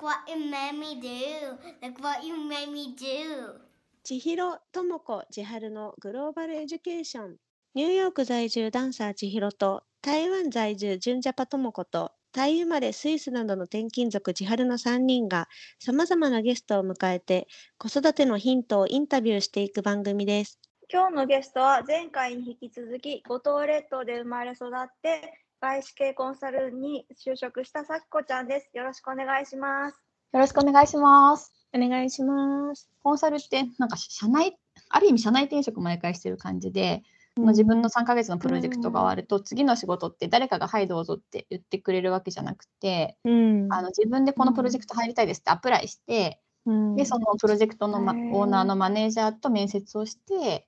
what you made me do. Look what you made me do. 千尋智子千春のグローバルエデュケーション。ニューヨーク在住ダンサー千尋と台湾在住純ジャパ智子とタイ生まれスイスなどの転勤族千春の3人がさまざまなゲストを迎えて子育てのヒントをインタビューしていく番組です。 今日のゲストは前回に引き続き五島列島で生まれ育って外資系コンサルに就職したさきこちゃんです。よろしくお願いします。 よろしくお願いします。 お願いします。 コンサルってなんかある意味社内転職毎回してる感じで、自分の3ヶ月のプロジェクトが終わると、次の仕事って誰かがはいどうぞって言ってくれるわけじゃなくて、自分でこのプロジェクト入りたいですってアプライして、でそのプロジェクトの、オーナーのマネージャーと面接をして、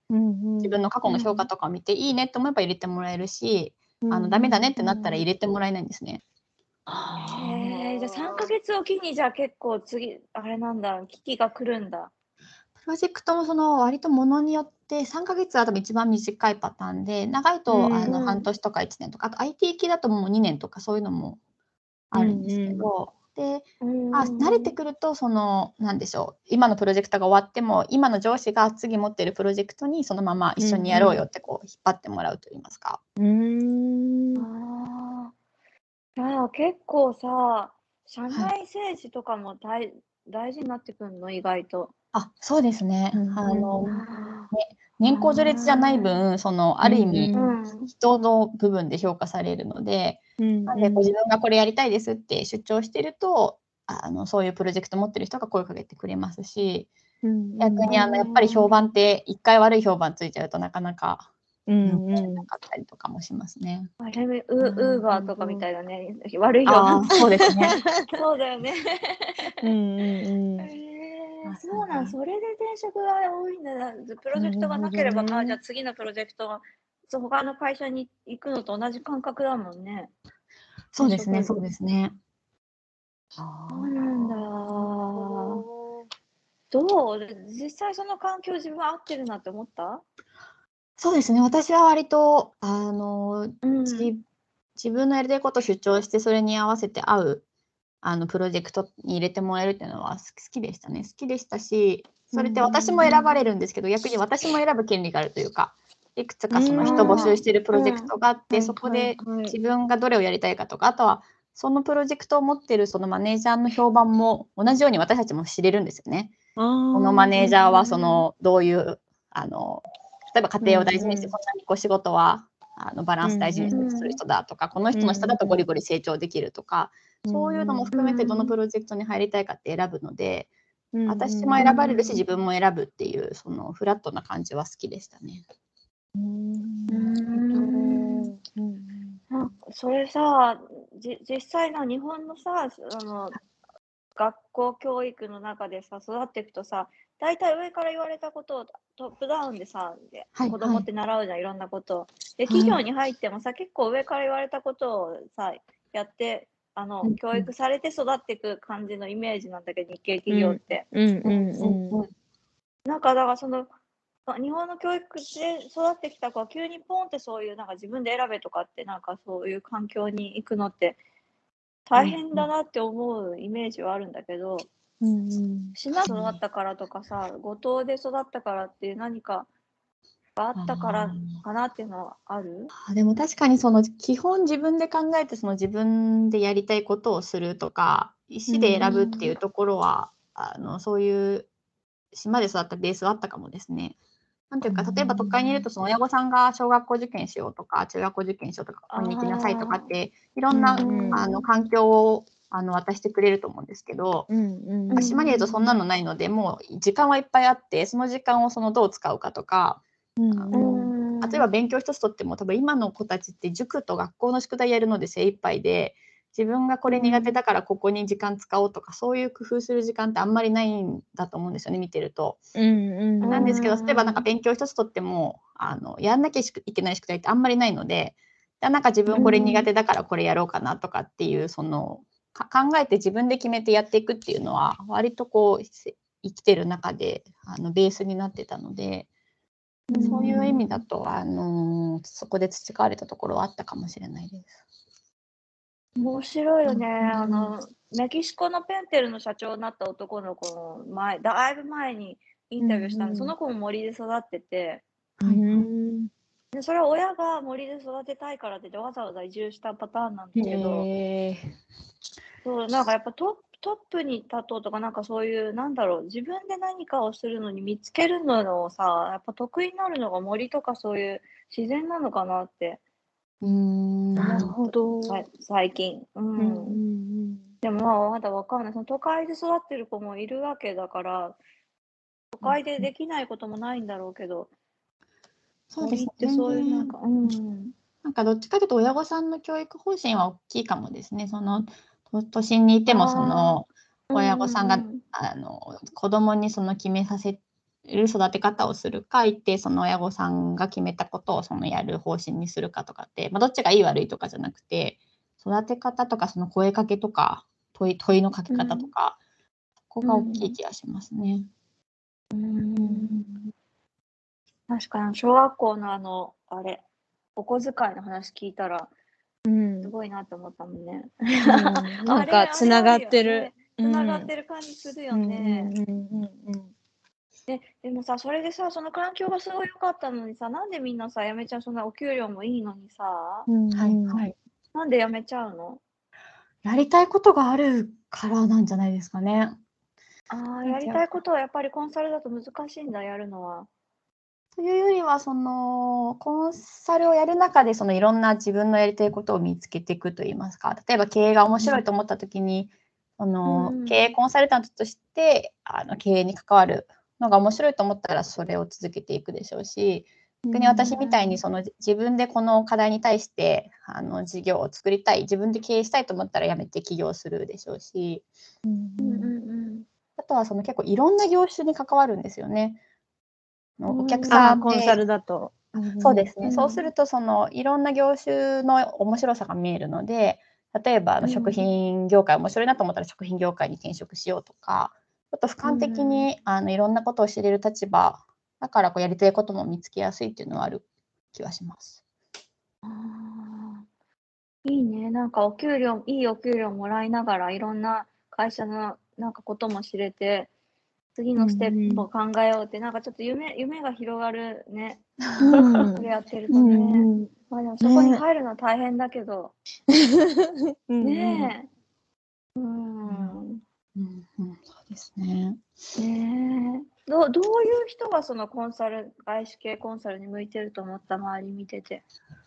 自分の過去の評価とかを見て、いいねって思えば入れてもらえるし、ダメだねってなったら入れてもらえないんですね。 じゃあ3ヶ月おきにじゃあ結構次あれなんだ、危機が来るんだ。 プロジェクトも割とものによって3ヶ月は多分一番短いパターンで、長いと半年とか1年とか、あと IT 系だともう2年とかそういうのもあるんですけど、で、慣れてくるとなんでしょう、今のプロジェクトが終わっても今の上司が次持ってるプロジェクトにそのまま一緒にやろうよってこう引っ張ってもらうといいますか。 結構さ、社内政治とかも大事になってくるの、意外と。 そうですね。年功序列じゃない分、ある意味、人の部分で評価されるので、なんで自分がこれやりたいですって主張してると、そういうプロジェクト持ってる人が声をかけてくれますし、逆にやっぱり評判って一回悪い評判ついちゃうとなかなかなかったりとかもしますね。 ウーバーとかみたいなね、悪い評判。 そうですね。 そうだよね。そうなん、それで転職が多いんだな。プロジェクトがなければ、じゃあ次のプロジェクトが他の会社に行くのと同じ感覚だもんね。 そうですね、そうですね。 そうなんだ。どう？実際その環境自分は合ってるなって思った？ そうですね、私は割と自分のやりたいことを主張してそれに合わせて合うプロジェクトに入れてもらえるっていうのは好きでしたね。好きでしたし、それって私も選ばれるんですけど、逆に私も選ぶ権利があるというか、いくつかその人募集しているプロジェクトがあって、そこで自分がどれをやりたいかとか、あとはそのプロジェクトを持っているそのマネージャーの評判も同じように私たちも知れるんですよね。このマネージャーはどういう例えば家庭を大事にして、こんなにお仕事はバランス大事にする人だとか、この人の下だとゴリゴリ成長できるとか、そういうのも含めてどのプロジェクトに入りたいかって選ぶので、私も選ばれるし自分も選ぶっていうそのフラットな感じは好きでしたね。 それさ、実際の日本のさ、学校教育の中でさ、育っていくとさ、大体上から言われたことをトップダウンでさ、子供って習うじゃん、いろんなことを。で、企業に入ってもさ、結構上から言われたことをさ、やって、教育されて育っていく感じのイメージなんだけど、日系企業って。なんかだから日本の教育で育ってきた子は急にポンってそういうなんか自分で選べとかってなんかそういう環境に行くのって大変だなって思うイメージはあるんだけど、島で育ったからとかさ、五島で育ったからっていう何かがあったからかなっていうのはある？ でも確かに基本自分で考えて自分でやりたいことをするとか意思で選ぶっていうところはそういう島で育ったベースはあったかもですね。なんていうか、例えば都会にいると親御さんが小学校受験しようとか中学校受験しようとかここに行きなさいとかっていろんな環境を渡してくれると思うんですけど、島にいるとそんなのないので、もう時間はいっぱいあって、その時間をどう使うかとか、例えば勉強一つとっても多分今の子たちって塾と学校の宿題やるので精一杯で、自分がこれ苦手だからここに時間使おうとか、そういう工夫する時間ってあんまりないんだと思うんですよね、見てると。なんですけど、例えばなんか勉強一つとってもやんなきゃいけない宿題ってあんまりないので、なんか自分これ苦手だからこれやろうかなとかっていう考えて自分で決めてやっていくっていうのは割とこう生きてる中でベースになってたので、そういう意味だとそこで培われたところはあったかもしれないです。 面白いよね。 メキシコのペンテルの社長になった男の子のだいぶ前にインタビューしたんで、その子も森で育ってて、でそれは親が森で育てたいからってわざわざ移住したパターンなんだけど、そうなんかやっぱトップに立とうとか、なんかそういうなんだろう、自分で何かをするのに見つけるのをさ、やっぱ得意になるのが森とかそういう自然なのかなってなるほど。 最近。でもまだわかんない。その都会で育ってる子もいるわけだから、都会でできないこともないんだろうけど、 そうですね。 森ってそういうなんか、 なんかどっちかというと親御さんの教育方針は大きいかもですね。その都心にいてもその親御さんが子供にその決めさせる育て方をするか、一定その親御さんが決めたことをそのやる方針にするかとかって、どっちがいい悪いとかじゃなくて、育て方とかその声かけとか問いのかけ方とか、ここが大きい気がしますね。 確かに小学校のあれお小遣いの話聞いたらすごいなと思ったもんね。 なんかつながってる。 つながってる感じするよね。でもさ、それでさ、その環境がすごい良かったのにさ、なんでみんなさ、辞めちゃう、そんなお給料もいいのにさ、なんで辞めちゃうの？ やりたいことがあるからなんじゃないですかね。 やりたいことはやっぱりコンサルだと難しいんだ、やるのは。 というよりは、そのコンサルをやる中で、そのいろんな自分のやりたいことを見つけていくといいますか、例えば経営が面白いと思った時に、経営コンサルタントとして経営に関わるのが面白いと思ったらそれを続けていくでしょうし、逆に私みたいにその自分でこの課題に対して事業を作りたい、自分で経営したいと思ったら辞めて起業するでしょうし、あとはその結構いろんな業種に関わるんですよね。お客さんコンサルだと。 そうですね。そうするとそのいろんな業種の面白さが見えるので、例えば食品業界面白いなと思ったら食品業界に転職しようとか、ちょっと俯瞰的にいろんなことを知れる立場だからやりたいことも見つけやすいっていうのはある気はします。 いいね。なんかいいお給料もらいながらいろんな会社のなんかことも知れて、次のステップを考えようって、なんかちょっと夢が広がるね。これやってるとね。でもそこに入るのは大変だけど。ねえ。 そうですね。 どういう人がその外資系コンサルに向いてると思った？周り見てて。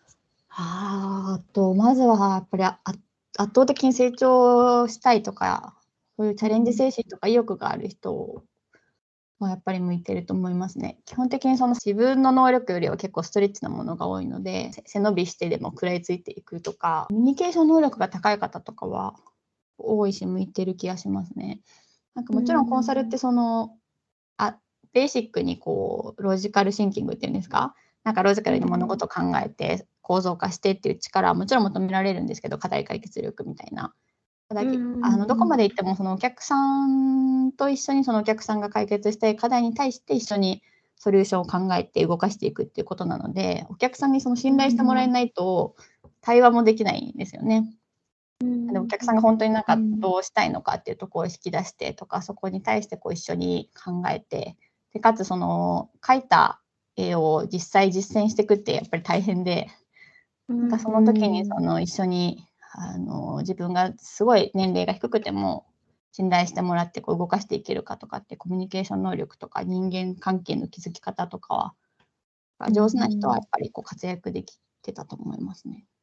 まずはやっぱり圧倒的に成長したいとか、そういうチャレンジ精神とか意欲がある人はやっぱり向いてると思いますね。基本的にその自分の能力よりは結構ストレッチなものが多いので、背伸びしてでも食らいついていくとか、コミュニケーション能力が高い方とかは多いし向いてる気がしますね。なんかもちろんコンサルってベーシックにロジカルシンキングっていうんですか、なんかロジカルに物事を考えて構造化してっていう力はもちろん求められるんですけど、課題解決力みたいな。どこまで行ってもそのお客さんと一緒にそのお客さんが解決したい課題に対して一緒にソリューションを考えて動かしていくっていうことなので、お客さんにその信頼してもらえないと対話もできないんですよね。でお客さんが本当になんかどうしたいのかっていうところを引き出してとか、そこに対して一緒に考えて、でかつその描いた絵を実際実践していくってやっぱり大変で、なんかその時に一緒に自分がすごい年齢が低くても信頼してもらって動かしていけるかとかってコミュニケーション能力とか人間関係の築き方とかは上手な人はやっぱり活躍できてたと思いますね。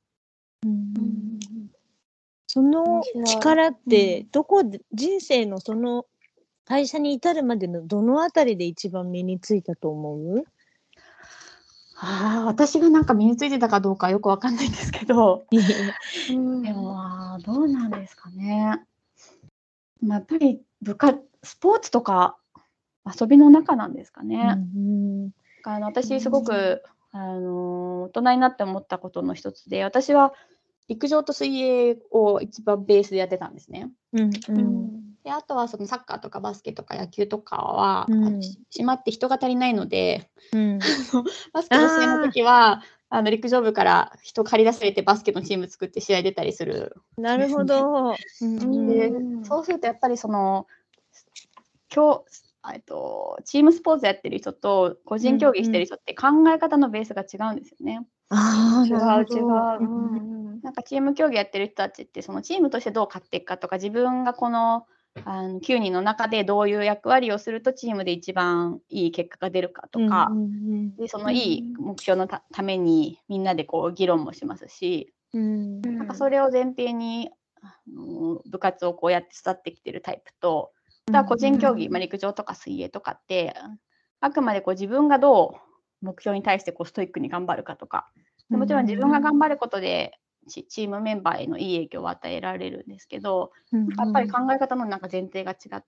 その力って人生のその会社に至るまでのどのあたりで一番身についたと思う？ 私がなんか身についてたかどうかよくわかんないんですけどでもどうなんですかね。やっぱりスポーツとか遊びの中なんですかね。私すごく大人になって思ったことの一つで、私は陸上と水泳を一番ベースでやってたんですね。であとはそのサッカーとかバスケとか野球とかは、閉まって人が足りないのでバスケと水泳の時は陸上部から人借り出されてバスケのチーム作って試合出たりする。 なるほど。 でそうするとやっぱりそのチームスポーツやってる人と個人競技してる人って考え方のベースが違うんですよね。 違う。 なんかチーム競技やってる人たちってそのチームとしてどう勝っていくかとか、自分がこの9人の中でどういう役割をするとチームで一番いい結果が出るかとか、でそのいい目標のためにみんなでこう議論もしますし、なんかそれを前提に部活をこうやって育ってきてるタイプと、個人競技、陸上とか水泳とかってあくまでこう自分がどう目標に対してこうストイックに頑張るかとか、もちろん自分が頑張ることでチームメンバーへのいい影響を与えられるんですけど、やっぱり考え方のなんか前提が違って、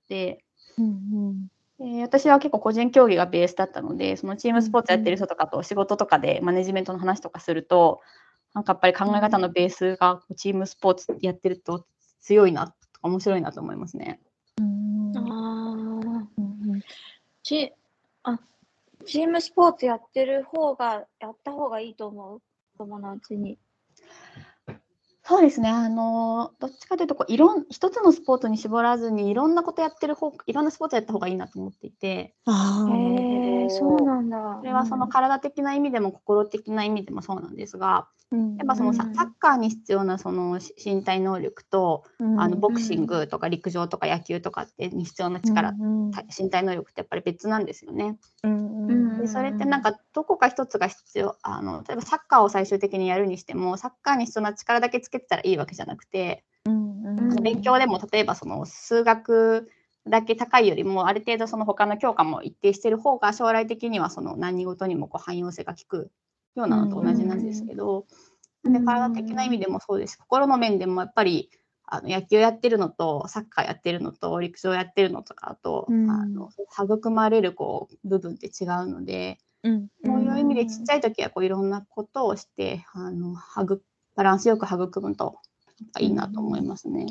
私は結構個人競技がベースだったので、そのチームスポーツやってる人とかと仕事とかでマネジメントの話とかすると、なんかやっぱり考え方のベースがチームスポーツやってると強いなとか面白いなと思いますね。 チームスポーツやった方がいいと思う、友達に。 そうですね。どっちかというと一つのスポーツに絞らずにいろんなことやってるいろんなスポーツやった方がいいなと思っていて。 そうなんだ。 それはその体的な意味でも心的な意味でもそうなんですが、やっぱそのサッカーに必要なその身体能力と、ボクシングとか陸上とか野球とかに必要な力、身体能力ってやっぱり別なんですよね。でそれってなんかどこか一つが必要、例えばサッカーを最終的にやるにしてもサッカーに必要な力だけつけてたらいいわけじゃなくて、勉強でも例えばその数学だけ高いよりもある程度その他の教科も一定してる方が将来的にはその何事にもこう汎用性が効くようなのと同じなんですけど、で体的な意味でもそうです。心の面でもやっぱり野球やってるのとサッカーやってるのと陸上やってるのとかと、育まれるこう部分って違うので、そういう意味でちっちゃい時はこういろんなことをしてバランスよく育むといいなと思いますね。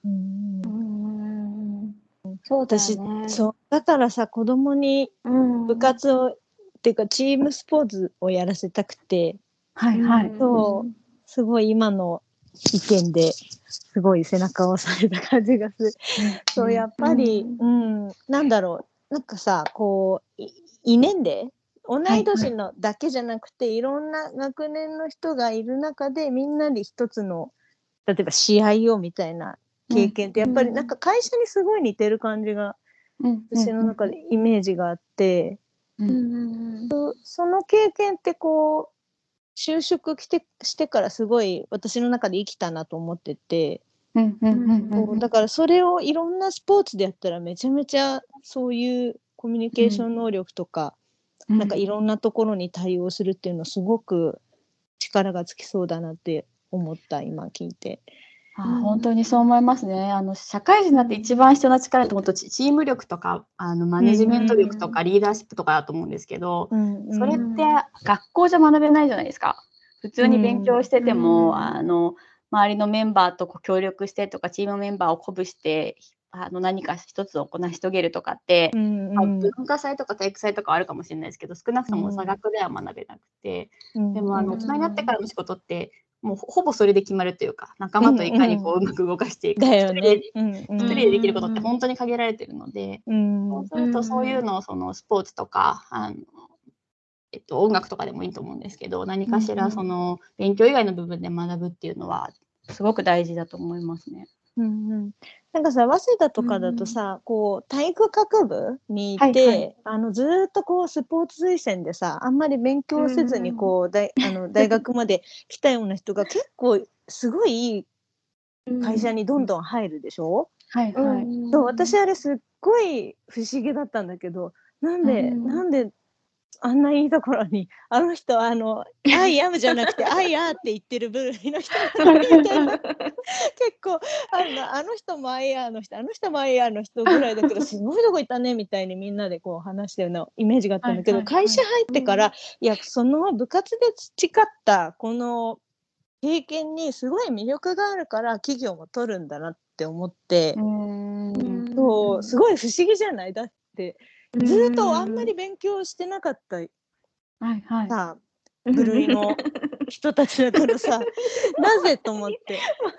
そうだよね。 だからさ、子供に部活をっていうかチームスポーツをやらせたくて、そうすごい今の意見ですごい背中を押された感じがする。そうやっぱり、なんだろう、なんかさ、こう異年齢同い年のだけじゃなくて、いろんな学年の人がいる中でみんなで一つの例えば試合をみたいな経験ってやっぱりなんか会社にすごい似てる感じが私の中でイメージがあって、その経験ってこう就職してからすごい私の中で生きたなと思ってて、だからそれをいろんなスポーツでやったらめちゃめちゃそういうコミュニケーション能力とか、なんかいろんなところに対応するっていうのすごく力がつきそうだなって思った今聞いて。 本当にそう思いますね。社会人になって一番必要な力と思うとチーム力とかマネジメント力とかリーダーシップとかだと思うんですけど、それって学校じゃ学べないじゃないですか。普通に勉強してても、周りのメンバーと協力してとかチームメンバーを鼓舞して何か一つを成し遂げるとかって、文化祭とか体育祭とかあるかもしれないですけど、少なくとも座学では学べなくて、でも大人になってからの仕事ってもうほぼそれで決まるというか、仲間といかにこううまく動かしていくか、一人でできることって本当に限られてるので、そうするとそういうのをそのスポーツとか音楽とかでもいいと思うんですけど、何かしらその勉強以外の部分で学ぶっていうのはすごく大事だと思いますね。 なんかさ、早稲田とかだとさ、こう体育学部にいて、ずっとこうスポーツ推薦でさ、あんまり勉強せずにこう大学まで来たような人が結構すごいいい会社にどんどん入るでしょ。そう、私あれすっごい不思議だったんだけど、なんであんないいところにあの人アイアムじゃなくてアイアーって言ってる部類の人なのみたいな結構あの人もアイアーの人、あの人もアイアーの人ぐらいだけどすごいとこ行ったねみたいにみんなでこう話してるようなイメージがあったんだけど、会社入ってから、いやその部活で培ったこの経験にすごい魅力があるから企業も取るんだなって思って、そうすごい不思議じゃない？だってずっとあんまり勉強してなかったさ、 部類の人たちだからさ、なぜと思って。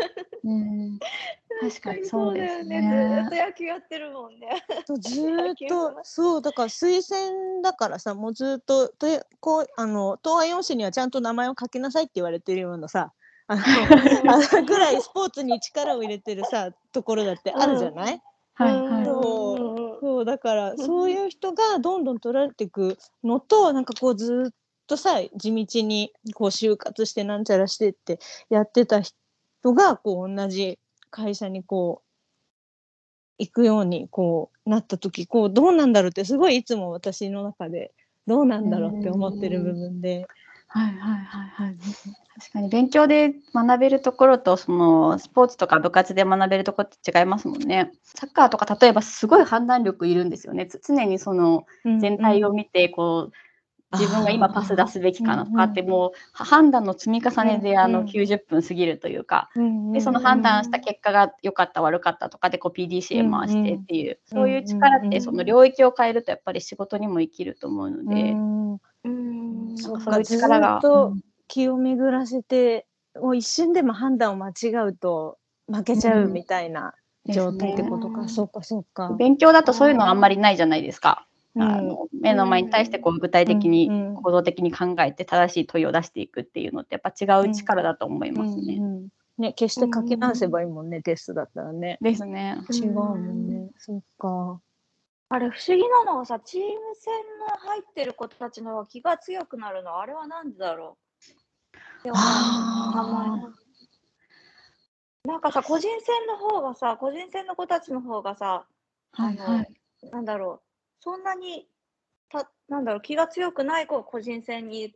確かにそうですずねっ。と野球やってるもんね。 そうずーっとそうだから推薦だからさ、もうずっと東亜4市にはちゃんと名前を書きなさいって言われてるようなさ、ぐらいスポーツに力を入れてるさところだってあるじゃない。 はいはい。 そうだからそういう人がどんどん取られていくのと、なんかこうずっとさ地道にこう就活してなんちゃらしてってやってた人がこう同じ会社にこう行くようにこうなった時、こうどうなんだろうってすごいいつも私の中でどうなんだろうって思ってる部分で。 はいはいはいはい。確かに勉強で学べるところとそのスポーツとか部活で学べるところって違いますもんね。サッカーとか例えばすごい判断力いるんですよね。常にその全体を見てこう自分が今パス出すべきかなとかってもう判断の積み重ねで90分過ぎるというか、でその判断した結果が良かった悪かったとかでこう PDCA 回してっていう、そういう力ってその領域を変えるとやっぱり仕事にも生きると思うので、 そっそういうか、ず力がっと気を巡らせて、もう一瞬でも判断を間違うと負けちゃうみたいな状態ってことか。そっかそっか。 勉強だとそういうのはあんまりないじゃないですか。目の前に対してこう具体的に行動的に考えて正しい問いを出していくっていうのってやっぱ違う力だと思いますね。 ね、決して書き直せばいいもんね、テストだったらね。 ですね。 違うもんね。そっか。 あれ不思議なのはさ、チーム戦の入ってる子たちの方が気が強くなるの、あれはなんでだろうって思うの、たまに。なんかさ、個人戦の方がさ、個人戦の子たちの方がさ、なんだろう、そんなになんだろう、気が強くない子は個人戦に行って、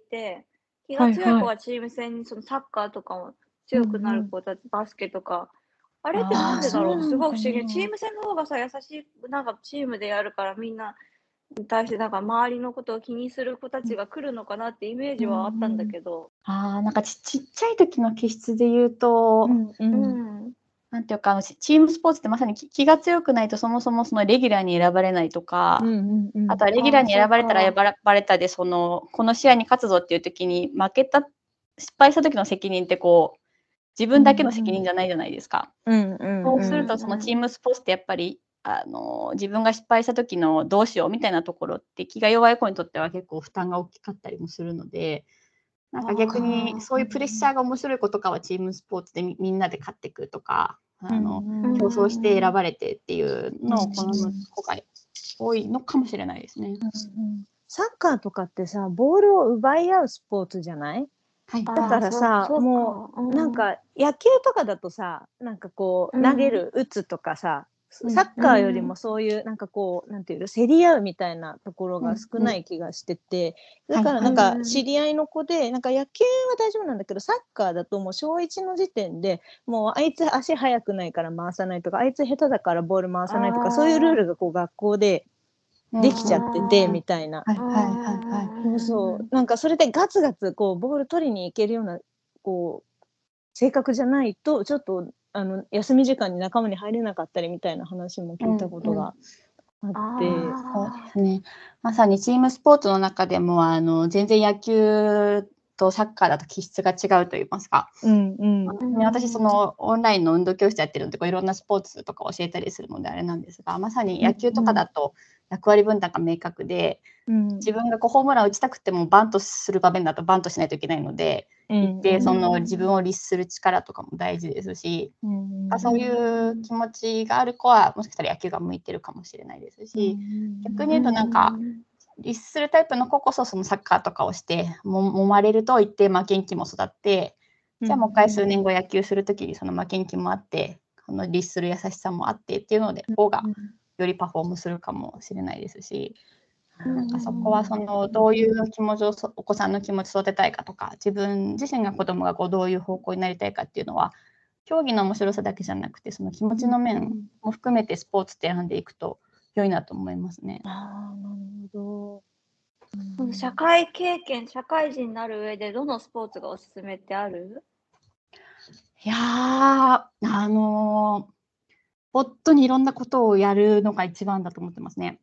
気が強い子はチーム戦にそのサッカーとかも強くなる子たち、バスケとか。あれってなんでだろう、すごい不思議。チーム戦の方がさ、優しい、なんかチームでやるからみんなに対してなんか周りのことを気にする子たちが来るのかなってイメージはあったんだけど。 なんかちっちゃい時の気質で言うと、なんていうかチームスポーツってまさに気が強くないとそもそもそのレギュラーに選ばれないとか、あとはレギュラーに選ばれたら選ばれたでこの試合に勝つぞっていう時に失敗した時の責任ってこう自分だけの責任じゃないじゃないですか。そうするとそのチームスポーツってやっぱり自分が失敗した時のどうしようみたいなところって気が弱い子にとっては結構負担が大きかったりもするので、なんか逆にそういうプレッシャーが面白い子とかはチームスポーツでみんなで勝っていくとか、競争して選ばれてっていうのを好む子が多いのかもしれないですね。 サッカーとかってさ、ボールを奪い合うスポーツじゃない？だからさ、もうなんか野球とかだとさ、なんかこう投げる、打つとかさ、サッカーよりもそういうなんかこうなんていうの、競り合うみたいなところが少ない気がしてて、だからなんか知り合いの子でなんか野球は大丈夫なんだけど、サッカーだともう小1の時点でもうあいつ足速くないから回さないとか、あいつ下手だからボール回さないとか、そういうルールがこう学校でできちゃっててみたいな。そうなんかそれでガツガツこうボール取りに行けるようなこう性格じゃないとちょっと休み時間に仲間に入れなかったりみたいな話も聞いたことがあって、 そうですね。まさにチームスポーツの中でも全然野球とサッカーだと気質が違うと言いますか。私そのオンラインの運動教室やってるのでいろんなスポーツとか教えたりするのであれなんですが、まさに野球とかだと役割分担が明確で、自分がこうホームラン打ちたくてもバントする場面だとバントしないといけないので、一定その自分を律する力とかも大事ですし、そういう気持ちがある子はもしかしたら野球が向いてるかもしれないですし、逆に言うとなんか律するタイプの子こそそのサッカーとかをして揉まれると一定負けん気も育って、じゃあもう一回数年後野球するときにその負けん気もあって律する優しさもあってっていうので子がよりパフォームするかもしれないですし、なんかそこはどういう気持ちをお子さんの気持ちを育てたいかとか、自分自身が子供がこうどういう方向になりたいかっていうのは競技の面白さだけじゃなくてその気持ちの面も含めてスポーツって選んでいくと良いなと思いますね。 なるほど。社会経験、社会人になる上でどのスポーツがおすすめってある？ いや本当にいろんなことをやるのが一番だと思ってますね。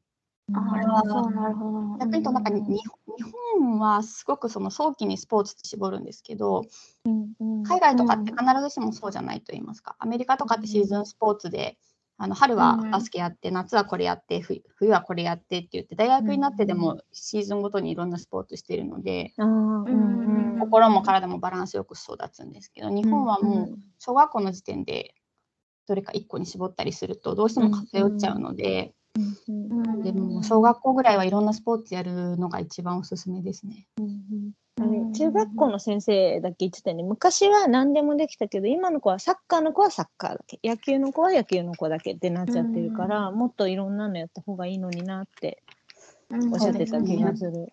ああ、そう、なるほど。 逆に言うとなんか日本はすごくその早期にスポーツって絞るんですけど、海外とかって必ずしもそうじゃないと言いますか、アメリカとかってシーズンスポーツで、春はバスケやって、夏はこれやって、冬はこれやってって言って、大学になってでもシーズンごとにいろんなスポーツしてるので、心も体もバランスよく育つんですけど、日本はもう小学校の時点でどれか1個に絞ったりするとどうしても偏っちゃうので、でも小学校ぐらいはいろんなスポーツやるのが一番おすすめですね。 中学校の先生だけ言ってたよね。昔は何でもできたけど、今の子はサッカーの子はサッカーだけ、野球の子は野球の子だけってなっちゃってるから、もっといろんなのやった方がいいのになっておっしゃってた気がする。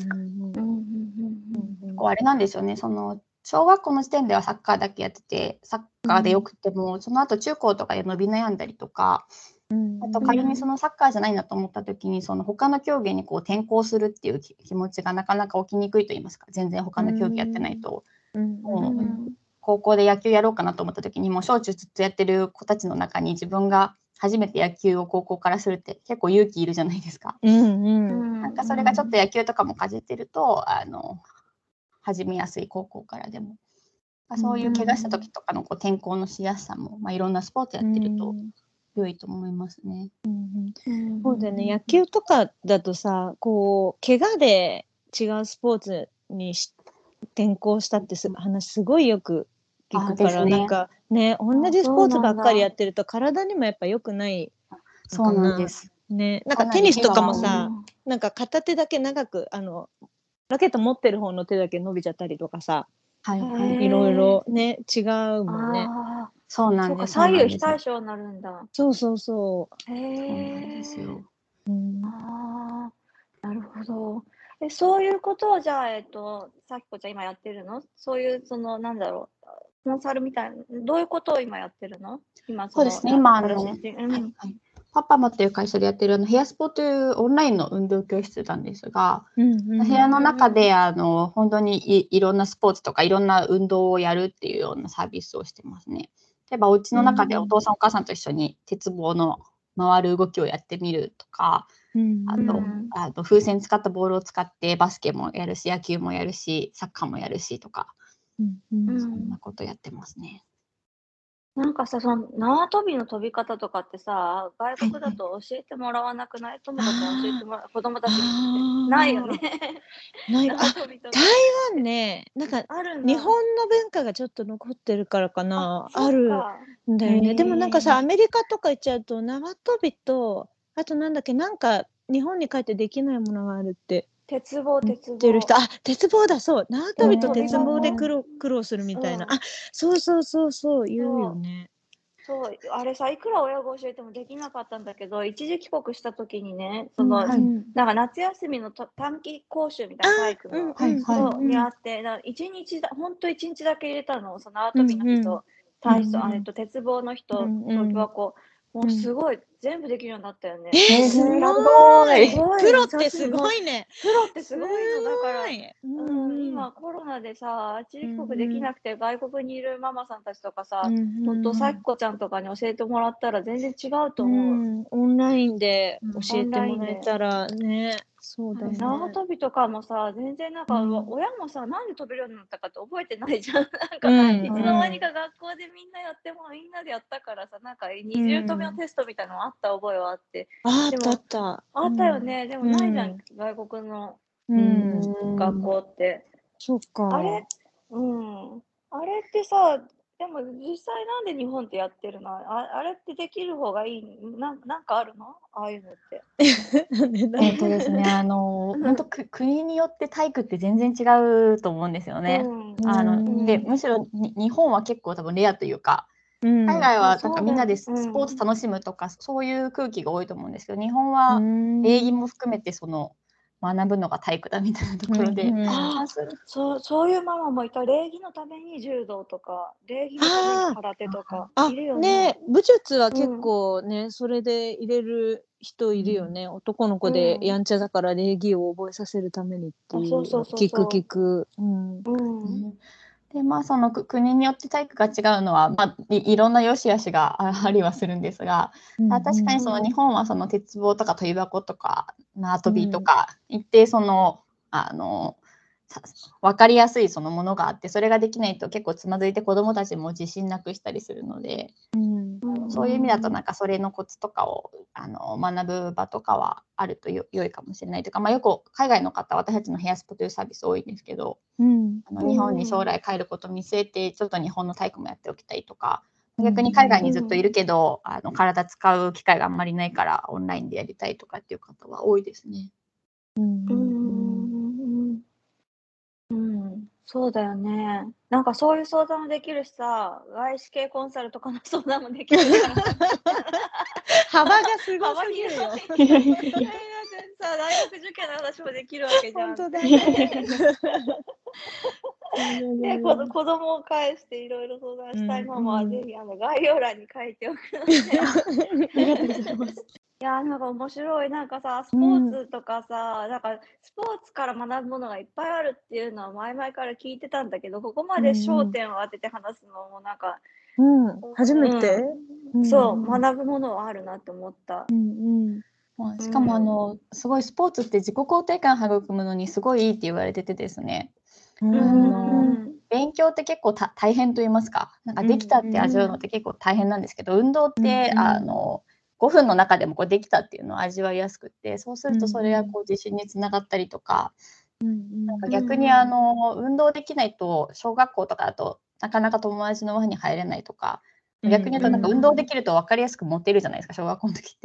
あれなんですよね、その小学校の時点ではサッカーだけやってて、サッカーでよくても、その後中高とかで伸び悩んだりとか、あと仮にそのサッカーじゃないなと思った時に、その他の競技にこう転向するっていう気持ちがなかなか起きにくいと言いますか、全然他の競技やってないと、もう高校で野球やろうかなと思った時に、もう小中ずっとやってる子たちの中に自分が初めて野球を高校からするって結構勇気いるじゃないですか。なんかそれがちょっと野球とかもかじってると始めやすい、高校からでも。そういう怪我した時とかのこう転校のしやすさも、いろんなスポーツやってると良いと思いますね。 そうだよね。野球とかだとさ、こう怪我で違うスポーツに転向したって話すごいよく聞くから、なんかね、同じスポーツばっかりやってると体にもやっぱ良くないのかな。そうなんです。ね、なんかテニスとかもさ、なんか片手だけ長くラケット持ってる方の手だけ伸びちゃったりとかさ、いろいろね違うもんね。 そうなんです。 左右非対称になるんだ。 そう。 そうなんですよ。 なるほど。そういうことをじゃあさきこちゃん今やってるの？そういうなんだろう、コンサルみたいな、どういうことを今やってるの？今そうですね。今パパマという会社でやってるヘアスポというオンラインの運動教室なんですが、部屋の中で本当にいろんなスポーツとかいろんな運動をやるっていうようなサービスをしてますね。例えばお家の中でお父さんお母さんと一緒に鉄棒の回る動きをやってみるとか、あと風船使ったボールを使ってバスケもやるし、野球もやるし、サッカーもやるしとか、そんなことやってますね。 なんかさ、その縄跳びの飛び方とかってさ、外国だと教えてもらわなくない？友達に教えてもらう、子供たちにないよね。 ない。台湾ね、なんか日本の文化がちょっと残ってるからかな、あるんだよね。でもなんかさ、アメリカとか行っちゃうと縄跳びと、あとなんだっけ、なんか日本に帰ってできないものがあるって。 鉄棒。 鉄棒だ、そう。縄跳びと鉄棒で苦労するみたいな。そう言うよね。 そう、あれさ、いくら親が教えてもできなかったんだけど、一時帰国した時にね、なんか夏休みの短期講習みたいな体育のにあって、本当1日だけ入れたの、その縄跳びの人、鉄棒の人はもうすごい全部できるようになったよね。 すごい。プロってすごいね。 プロってすごいのだから、今コロナでさ、一時帰国できなくて外国にいるママさんたちとかさ、本当さきこちゃんとかに教えてもらったら全然違うと思う。 オンラインで教えてもらえたらね。そうだね。 縄跳びとかもさ、全然なんか親もさ、なんで飛べるようになったかって覚えてないじゃん。なんかいつの間にか学校でみんなやってもみんなでやったからさ、なんか二重跳びのテストみたいなのあった覚えはあって。 あったよね。でもないじゃん、外国の学校って。 そっか。 あれってさ、でも実際なんで日本ってやってるの？あれってできる方がいい？なんかあるの？ああいうのって。 ですね、本当国によって体育って全然違うと思うんですよね。でむしろ日本は結構多分レアというか、海外はなんかみんなでスポーツ楽しむとか、そういう空気が多いと思うんですけど、日本は礼儀も含めて学ぶのが体育だみたいなところで、 そういうママもいた。礼儀のために柔道とか、礼儀のために空手とかいるよね。 武術は結構ね、それで入れる人いるよね。男の子でやんちゃだから礼儀を覚えさせるためにっていう聞く。 で、まあ、その国によって体育が違うのは、まあ、いろんな良し悪しがありはするんですが、確かにその日本はその鉄棒とか跳び箱とか縄跳びとか、一定その分かりやすいそのものがあって、それができないと結構つまずいて子どもたちも自信なくしたりするので、そういう意味だとなんかそれのコツとかを学ぶ場とかはあると良いかもしれないというか、まあ、よく海外の方、私たちのヘアスポというサービス多いんですけど、日本に将来帰ることを見据えてちょっと日本の体育もやっておきたいとか、逆に海外にずっといるけど、体使う機会があんまりないからオンラインでやりたいとかっていう方は多いですね。 そうだよね。なんかそういう相談もできるしさ、外資系コンサルとかの相談もできるから幅がすごすぎるよ。 さ、大学受験の話もできるわけじゃん。 本当だね。 で、子供を介していろいろ相談したいママは、ぜひ概要欄に書いておくので。 ありがとうございます。 いや、なんか面白い。なんかさ、スポーツとかさ、なんかスポーツから学ぶものがいっぱいあるっていうのは前々から聞いてたんだけど、ここまで焦点を当てて話すのもなんか、 初めて、 そう、学ぶものはあるなって思った。 しかもすごいスポーツって自己肯定感育むのにすごいいいって言われててですね、勉強って結構大変と言いますか、なんかできたって味わうのって結構大変なんですけど、運動って5分の中でもできたっていうのを味わいやすくって、そうするとそれが自信につながったりとか、なんか逆に運動できないと小学校とかだとなかなか友達の輪に入れないとか、逆に言うとなんか運動できると分かりやすくモテるじゃないですか、小学校の時って。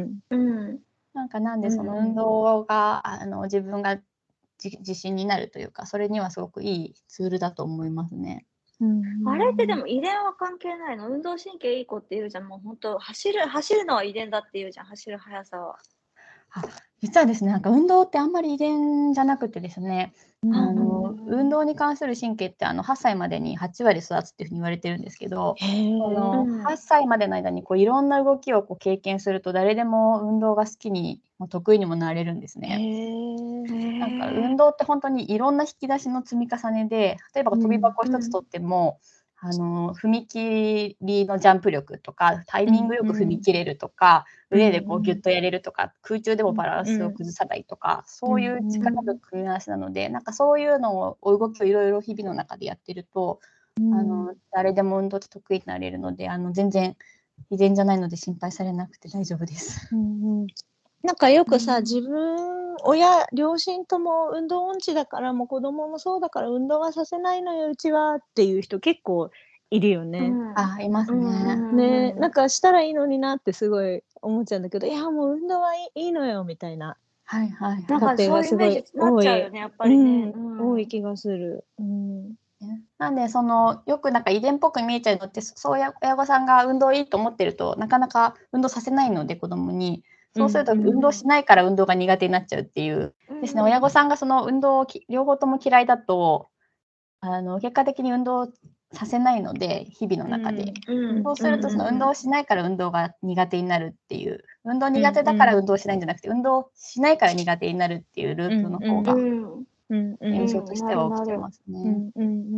なんでその運動が自分が自信になるというか、それにはすごくいいツールだと思いますね。 あれってでも遺伝は関係ないの？運動神経いい子って言うじゃん。もう本当走るのは遺伝だって言うじゃん。走る速さは。 実はですね、なんか運動ってあんまり遺伝じゃなくてですね、運動に関する神経って8歳までに8割育つっていうふうに言われてるんですけど、8歳までの間にいろんな動きを経験すると誰でも運動が好きに得意にもなれるんですね。なんか運動って本当にいろんな引き出しの積み重ねで、例えば跳び箱一つとっても、踏切のジャンプ力とかタイミングよく踏み切れるとか、腕でギュッとやれるとか、空中でもバランスを崩さないとか、そういう力の組み合わせなので、なんかそういうのを動きをいろいろ日々の中でやってると、誰でも運動って得意になれるので、全然遺伝じゃないので心配されなくて大丈夫です。 なんかよくさ、自分両親とも運動音痴だから、もう子供もそうだから運動はさせないのようちはっていう人結構いるよね。 いますね。 なんかしたらいいのになってすごい思っちゃうんだけど、いやもう運動はいいのよみたいな。 なんかそういうイメージなっちゃうよね、やっぱりね。 多い気がする。 なんでよくなんか遺伝っぽく見えちゃうのって、そういう親御さんが運動いいと思ってるとなかなか運動させないので、子供に。そうすると運動しないから運動が苦手になっちゃうっていうですね、親御さんがその運動を両方とも嫌いだと結果的に運動させないので、日々の中で。そうするとその運動をしないから運動が苦手になるっていう、運動苦手だから運動しないんじゃなくて、運動しないから苦手になるっていうループの方が印象としては起きてますね。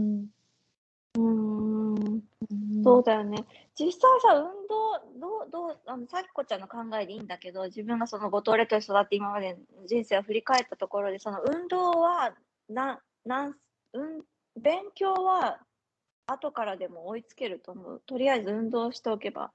そうだよね。実際さ、運動さきこちゃんの考えでいいんだけど、自分がその五島列島で育って今までの人生を振り返ったところで、その運動は勉強は後からでも追いつけると思う。とりあえず運動しておけば。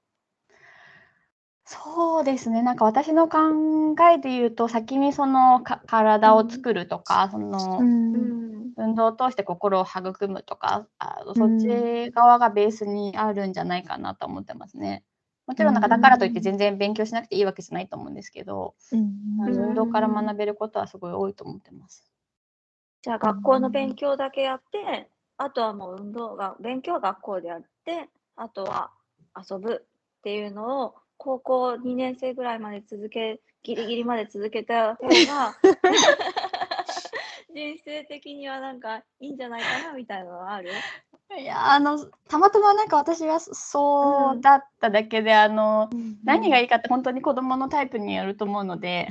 そうですね。なんか私の考えで言うと、先にその体を作るとか、運動を通して心を育むとか、そっち側がベースにあるんじゃないかなと思ってますね。もちろんだからといって全然勉強しなくていいわけじゃないと思うんですけど、運動から学べることはすごい多いと思ってます。 じゃあ学校の勉強だけやって、あとはもう勉強は学校でやって、あとは遊ぶっていうのを高校2年生ぐらいまでギリギリまで続けた方が人生的にはなんかいいんじゃないかなみたいなのはある？ いやたまたまなんか私はそうだっただけで、何がいいかって本当に子どものタイプによると思うので、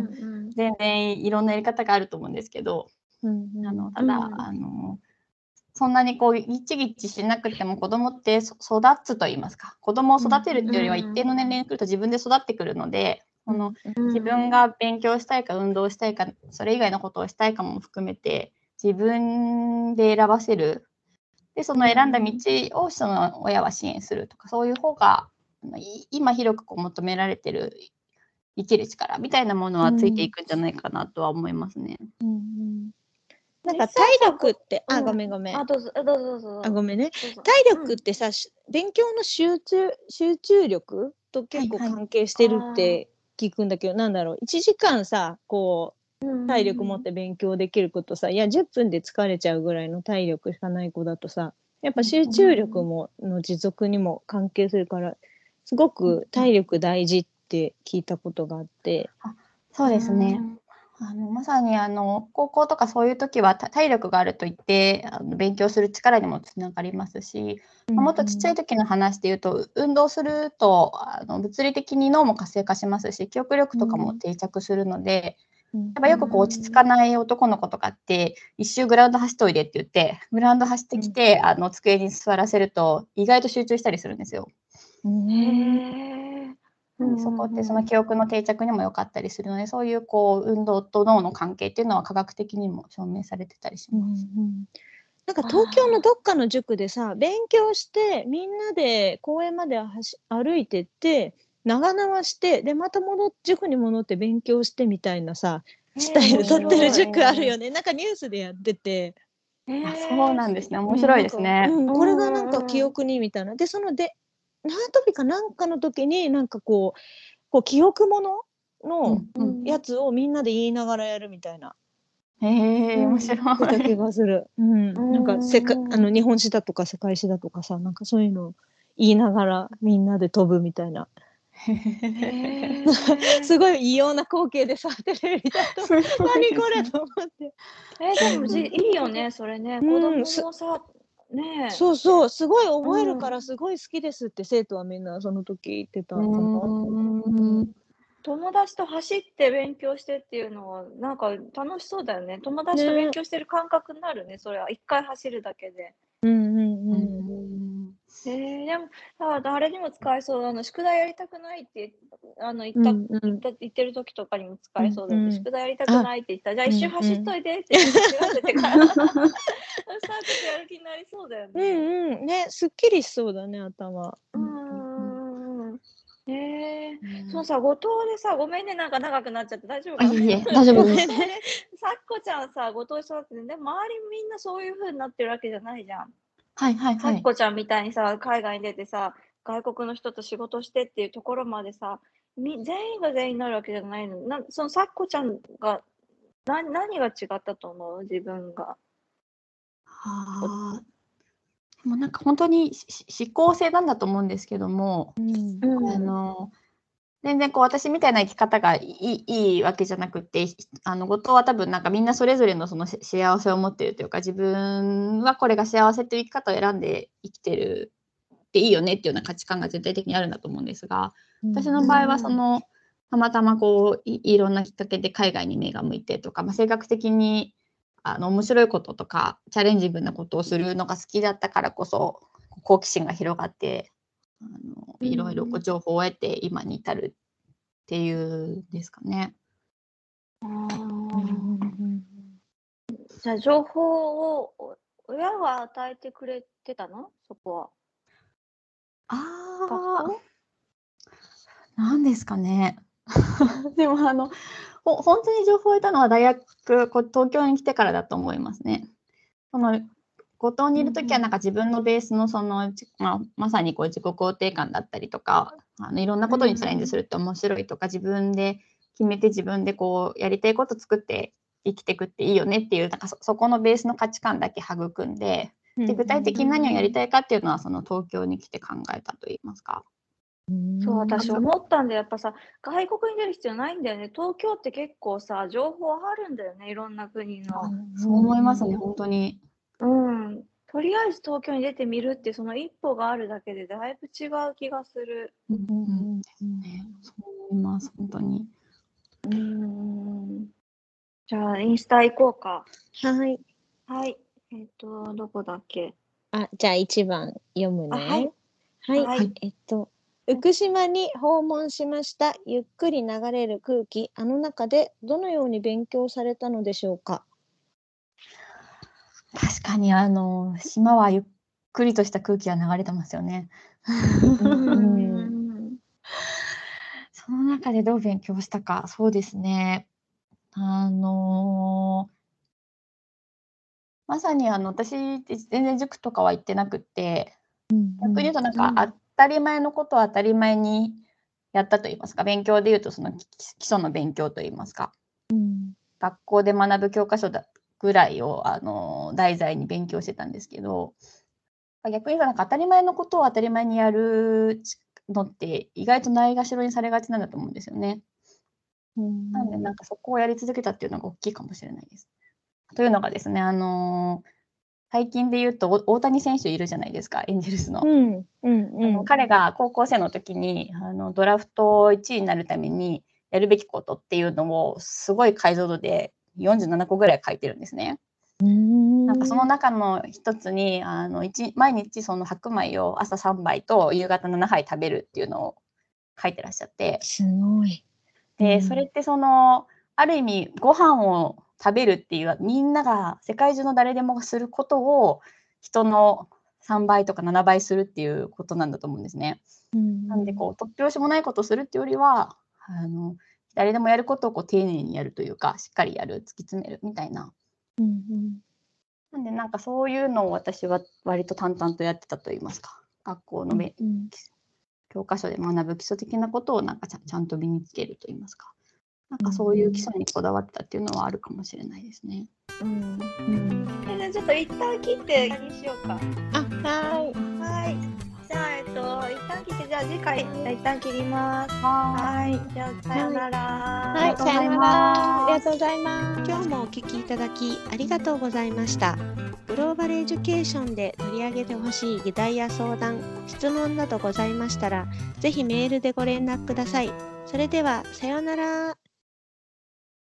全然いろんなやり方があると思うんですけど、ただそんなにこうギチギチしなくても子供って育つと言いますか、子供を育てるっていうよりは一定の年齢に来ると自分で育ってくるので、自分が勉強したいか運動したいかそれ以外のことをしたいかも含めて自分で選ばせる。でその選んだ道をその親は支援するとか、そういう方が今広くこう求められてる生きる力みたいなものはついていくんじゃないかなとは思いますね。 なんか体力って、ごめん。 どうぞどうぞ。 ごめんね。 どうぞ体力ってさ、勉強の集中力と結構関係してるって聞くんだけど、なんだろう、1時間さ、こう、体力持って勉強できることさ、いや、10分で疲れちゃうぐらいの体力しかない子だとさ、やっぱ集中力の持続にも関係するから、すごく体力大事って聞いたことがあって。 そうですね。まさに高校とかそういう時は体力があるといって勉強する力にもつながりますし、もっとちっちゃい時の話で言うと運動すると物理的に脳も活性化しますし記憶力とかも定着するので、やっぱよくこう落ち着かない男の子とかって一周グラウンド走っといでって言ってグラウンド走ってきて机に座らせると意外と集中したりするんですよ。そこってその記憶の定着にも良かったりするので、そういうこう運動と脳の関係っていうのは科学的にも証明されてたりします。 なんか東京のどっかの塾でさ、勉強してみんなで公園まで歩いてって長縄して、でまた塾に戻って勉強してみたいなさスタイル取ってる塾あるよね。なんかニュースでやってて。 そうなんですね。面白いですね。 これがなんか記憶にみたいな。で縄跳びかなんかの時になんかこう記憶もののやつをみんなで言いながらやるみたいな。 面白い。 出た気がする。なんか日本史だとか世界史だとかさ、なんかそういうのを言いながらみんなで飛ぶみたいな。すごい異様な光景でさ、テレビ見たと何これと思って。 でもいいよね、それね。子供もさ、ね。 そうそう、すごい覚えるからすごい好きですって生徒はみんなその時言ってたかな。 友達と走って勉強してっていうのはなんか楽しそうだよね。友達と勉強してる感覚になるね。それは一回走るだけで。でも誰にも使えそう。宿題やりたくないって言ってる時とかにも使えそうだよね。宿題やりたくないって言ったら、じゃあ一周走っといてって走らせてからスタートしてやる気になりそうだよね。 ね、すっきりしそうだね、頭。 そうさ、五島でさ、ごめんね、なんか長くなっちゃって大丈夫かな。 大丈夫です。 さっこちゃんさ、五島育ってて、でも周りみんなそういう風になってるわけじゃないじゃん。さっこちゃんみたいにさ、海外に出てさ、外国の人と仕事してっていうところまでさ、全員が全員になるわけじゃないの。そのさっこちゃんが何が違ったと思う？自分が。 もうなんか本当に思考性なんだと思うんですけども、全然こう私みたいな生き方がいいわけじゃなくて、後藤は多分なんかみんなそれぞれのその幸せを持っているというか、自分はこれが幸せという生き方を選んで生きてるっていいよねっていうような価値観が絶対的にあるんだと思うんですが、私の場合はたまたまこういろんなきっかけで海外に目が向いてとか、性格的に面白いこととかチャレンジングなことをするのが好きだったからこそ好奇心が広がっていろいろ情報を得て今に至るっていうですかね。 じゃあ情報を親は与えてくれてたの？そこは。 なんですかね。でも本当に情報を得たのは大学東京に来てからだと思いますね。五島にいる時はなんか自分のベースのまさにこう自己肯定感だったりとかいろんなことにチャレンジするって面白いとか、自分で決めて自分でこうやりたいこと作って生きていくっていいよねっていうなんかそこのベースの価値観だけ育んで、具体的に何をやりたいかっていうのはその東京に来て考えたといいますか。 そう私思ったんでやっぱさ、外国に出る必要ないんだよね。東京って結構さ情報あるんだよね、いろんな国の。 そう思いますね、本当に。 とりあえず東京に出てみるってその一歩があるだけでだいぶ違う気がする。 そう思います本当に。 じゃあインスタ行こうか。 はい。 はい。 どこだっけ。 じゃあ1番読むね。 はい。 はい。 はい。 福島に訪問しました。ゆっくり流れる空気、あの中でどのように勉強されたのでしょうか。 確かに島はゆっくりとした空気が流れてますよね。その中でどう勉強したか、そうですね。まさに私全然塾とかは行ってなくて、逆に言うとなんか当たり前のことを当たり前にやったと言いますか、勉強で言うとその基礎の勉強と言いますか、学校で学ぶ教科書ぐらいを題材に勉強してたんですけど、逆に言うとなんか当たり前のことを当たり前にやるのって意外とないがしろにされがちなんだと思うんですよね。なのでなんかそこをやり続けたっていうのが大きいかもしれないです。というのがですね、最近で言うと大谷選手いるじゃないですか、エンジェルスの。彼が高校生の時にドラフト1位になるためにやるべきことっていうのをすごい解像度で47個ぐらい書いてるんですね。なんかその中の一つに毎日その白米を朝3杯と夕方7杯食べるっていうのを書いてらっしゃって、 すごい。 でそれってある意味ご飯を食べるっていうみんなが世界中の誰でもがすることを人の3倍とか7倍するっていうことなんだと思うんですね。なんで突拍子もないことをするっていうよりは誰でもやることを丁寧にやるというか、しっかりやる、突き詰めるみたいな。なんでなんかそういうのを私は割と淡々とやってたと言いますか、学校の教科書で学ぶ基礎的なことをなんかちゃんと身につけると言いますか、なんかそういう基礎にこだわってたっていうのはあるかもしれないですね。 ちょっと一旦切ってにしようか。 はい。 じゃあ一旦切って、じゃあ次回一旦切ります。はい。じゃあさよなら。 はい、さよなら。ありがとうございます。今日もお聞きいただきありがとうございました。グローバルエデュケーションで取り上げてほしい議題や相談、質問などございましたら、ぜひメールでご連絡ください。それでは、さようなら。